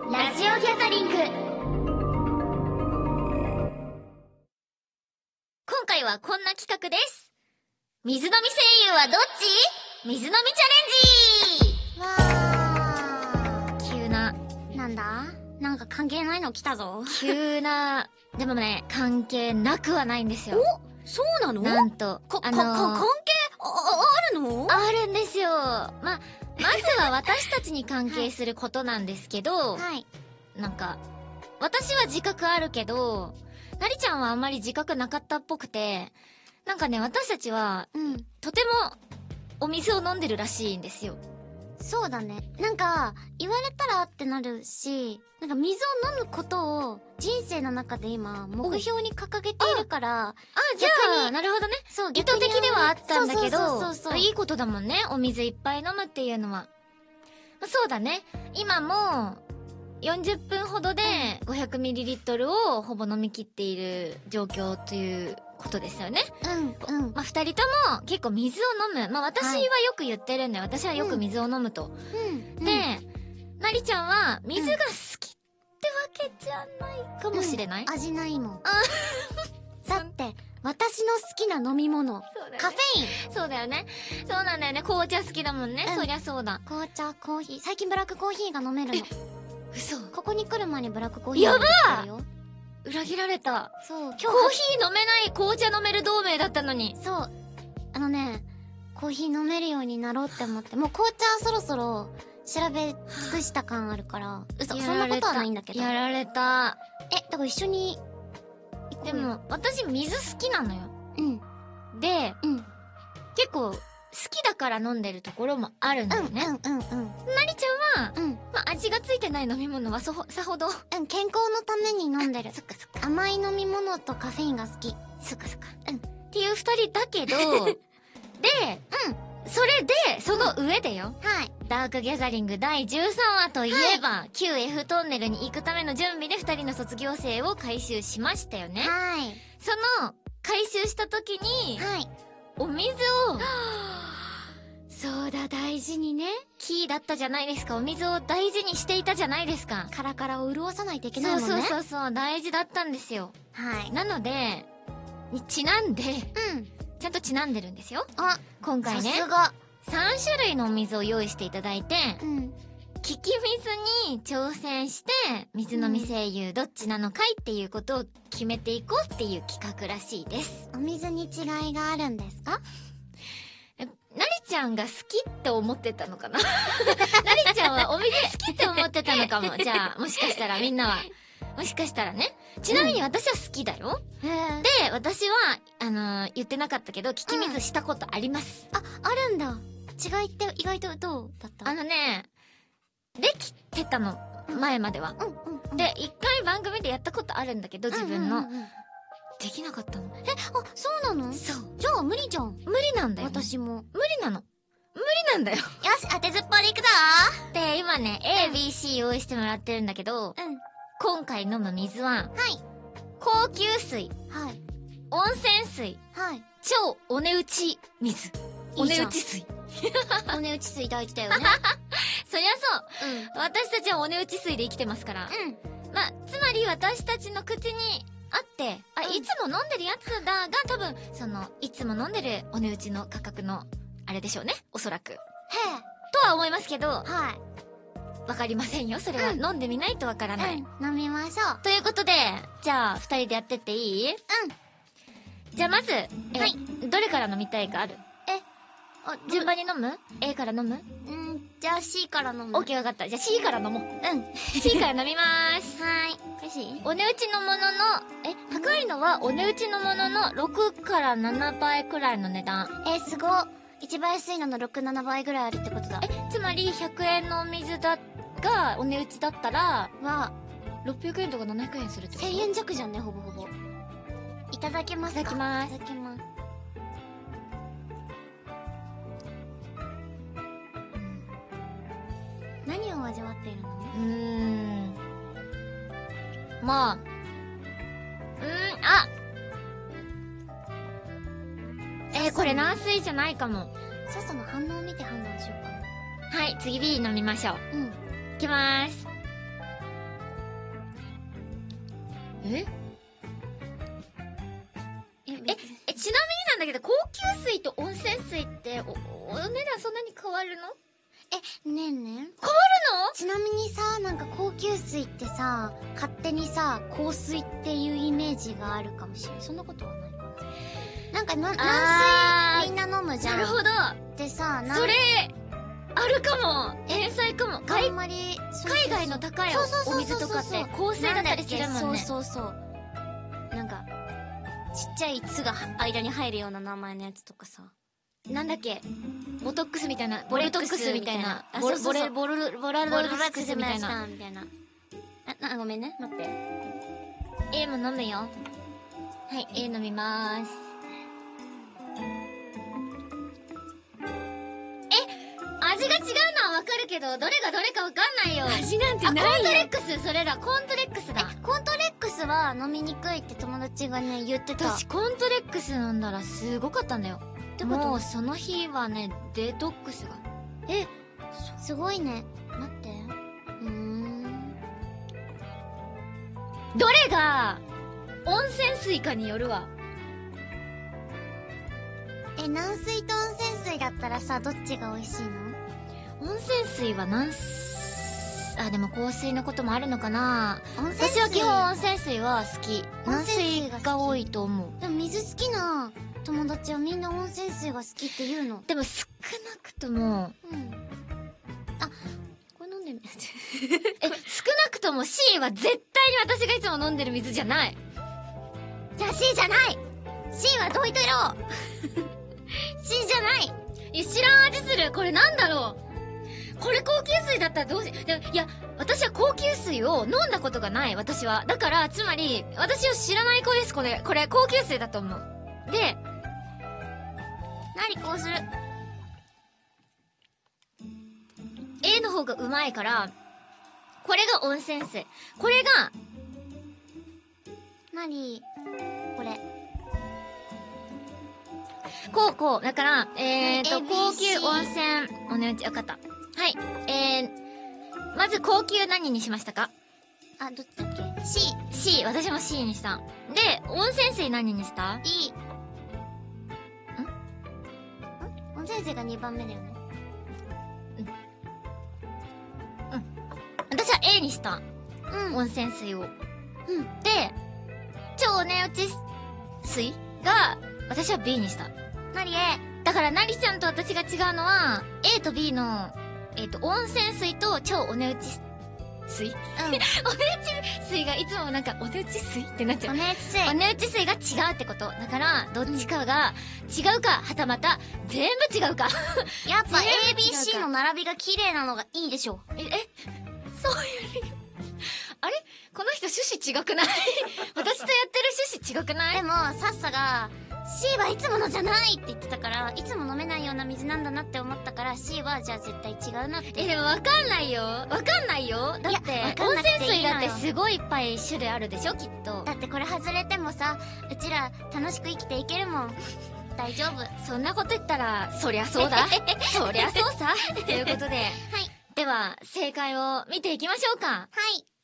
ラジオギャザリング。今回はこんな企画です。水飲み声優はどっち？水飲みチャレンジ。 急な。 なんだ？なんか関係ないの来たぞ。 急な。でもね、関係なくはないんですよ。 お、そうなの？ なんと。 関係あるの？ あるんですよ。まずは私たちに関係することなんですけど、 はい。 なんか、私は自覚あるけど、なりちゃんはあんまり自覚なかったっぽくて、なんかね、私たちは、とても、お水を飲んでるらしいんですよ。 そうだね。なんか、言われたらってなるし、なんか水を飲むことを人生の中で今、目標に掲げているから、 じゃあ、なるほどね。 そう、 意図的ではあったんだけど、 そういいことだもんね。お水いっぱい飲むっていうのは。そうだね。今も、40分ほどで 500ml をほぼ飲み切っている状況ということですよね。二人とも結構水を飲む。私はよく言ってるんだよ。私はよく水を飲むと。で、なりちゃんは水が好きってわけじゃないかもしれない。 味ないもん。だって、私の好きな飲み物、カフェイン。 そうだよね。そうなんだよね。紅茶好きだもんね。そりゃそうだ。 紅茶、コーヒー。最近ブラックコーヒーが飲めるの。 嘘。 ここに来る前にブラックコーヒーが飲めてるよ。 裏切られた。 そう、今日コーヒー飲めない紅茶飲める同盟だったのに。 そう。コーヒー飲めるようになろうって思って、もう紅茶そろそろ調べ尽くした感あるから、嘘、そんなことはないんだけど。 やられた。 だから一緒に行こうよ。 でも、私水好きなのよ。で、結構、好きだから飲んでるところもあるんだよね。なりちゃんは、味がついてない飲み物はさほど。 健康のために飲んでる。 そっかそっか。 甘い飲み物とカフェインが好き。 そっかそっか。っていう二人だけど、で、それで、その上でよ。 はい。 ダークギャザリング第13話といえば、旧 F トンネルに行くための準備で二人の卒業生を回収しましたよね。 はい。 その、回収した時に、お水を、そうだ、大事にね。キーだったじゃないですか。お水を大事にしていたじゃないですか。 カラカラを潤さないといけないもんね。 そう、大事だったんですよ。 はい。 なので、にちなんで、ちゃんとちなんでるんですよ。今回ね、 さすが。 3種類のお水を用意していただいて、利き水に挑戦して、水飲み声優どっちなのかいっていうことを決めていこうっていう企画らしいです。 お水に違いがあるんですか？ なりちゃんが好きって思ってたのかななりちゃんはお水好きって思ってたのかも。じゃあ、もしかしたらみんなは。もしかしたらね。ちなみに私は好きだよ。で、私は、言ってなかったけど、利き水したことあります。 あるんだ。違いって意外とどうだった？ できてたの。前までは。で、一回番組でやったことあるんだけど、自分の。できなかったの。 そうなの？ そう。 じゃあ無理じゃん。 無理なんだよ。 私も。 無理なの。無理なんだよ。よし、当てずっぽうでいくぞー。で、今ね、A、B、C 用意してもらってるんだけど、今回飲む水は、高級水、温泉水、超お値打ち水。お値打ち水。 お値打ち水大事だよね。 そりゃそう。私たちはお値打ち水で生きてますから。つまり私たちの口にあって、いつも飲んでるやつだが、多分、いつも飲んでるお値打ちの価格の、あれでしょうね。おそらく。とは思いますけど、わかりませんよ。それは飲んでみないとわからない。 飲みましょう。 ということで、じゃあ、二人でやってっていい？じゃあまず、どれから飲みたいかある？順番に飲む？ A から飲む？ じゃあ C から飲む。 OK、わかった。じゃあ C から飲もう。C から飲みまーす。お値打ちのものの、高いのはお値打ちのものの6から7倍くらいの値段。 すご。一番安いのの6、7倍ぐらいあるってことだ。 つまり100円のお水がお値打ちだったら、600円とか700円するってこと？ 1000 円弱じゃんね、ほぼほぼ。いただきますか？ いただきます。 いただきます。何を味わっているの？ これ軟水じゃないかも。 笹の反応を見て判断しようかな。 はい、次 B 飲みましょう。いきまーす。 ええ、 ちなみになんだけど、高級水と温泉水ってお値段そんなに変わるの？ ねえねえ。 変わるの？ ちなみにさ、なんか高級水ってさ、勝手にさ、香水っていうイメージがあるかもしれない。そんなことはないかな。なんか軟水みんな飲むじゃん。 なるほど。 でさ、 それ、あるかも。天才かも。 あんまり、 海外の高いお水とかって香水だったりするもんね。 そうそうそう。なんか、ちっちゃい「つ」が間に入るような名前のやつとかさ。 なんだっけ、ボトックスみたいな、ボレトックスみたいな、ボラルドックスみたいな。 ごめんね、待って。 A も飲むよ。はい、A 飲みまーす。味が違うのはわかるけど、どれがどれかわかんないよ。 味なんてないよ。 コーントレックス、それら、コーントレックスだ。 コーントレックスは飲みにくいって友達がね、言ってた。 私、コーントレックス飲んだらすごかったんだよ。もう、その日はね、デトックスが。 すごいね。待って。 どれが、温泉水かによるわ。 軟水と温泉水だったらさ、どっちが美味しいの？ 温泉水はでも香水のこともあるのかな。私は基本温泉水は好き。軟水が多いと思う。 でも水好きな友達はみんな温泉水が好きって言うの。 でも少なくとも、 これ飲んでみ少なくとも C は絶対に私がいつも飲んでる水じゃない。 じゃあ C じゃない！ C はどいてろ！C じゃない！ いや、知らん味する。これなんだろう。これ高級水だったらどうし、いや、私は高級水を飲んだことがない、私は。だから、つまり、私を知らない子です、これ高級水だと思う。で、 こうする。 A の方がうまいから、これが温泉水。これが、 これ。 こう。だから、 ABC 高級温泉、お値打ち、わかった。はい。まず高級何にしましたか？ どっちだっけ？ C。 私も C にした。で、温泉水何にした？ D。温泉水が2番目だよね。 私は A にした。温泉水を。で、超お値打ち水が、私は B にした。だから、なりちゃんと私が違うのは、A と B の、温泉水と超お値打ち水お値打ち水がいつもなんか、お値打ち水ってなっちゃう。お値打ち水が違うってこと。だから、どっちかが違うか、はたまた、全部違うか。 やっぱ ABC の並びが綺麗なのがいいでしょ。 そういう理由。あれこの人趣旨違くない私とやってる趣旨違くない？ でも、さっさが、C はいつものじゃないって言ってたから、いつも飲めないような水なんだなって思ったから、C はじゃあ絶対違うなって。 でもわかんないよ。だって、温泉水だってすごいいっぱい種類あるでしょ、きっと。 だってこれ外れてもさ、うちら楽しく生きていけるもん。大丈夫。 そんなこと言ったら、そりゃそうだ。そりゃそうさ。ということで。 はい。 では、正解を見ていきましょうか。 はい。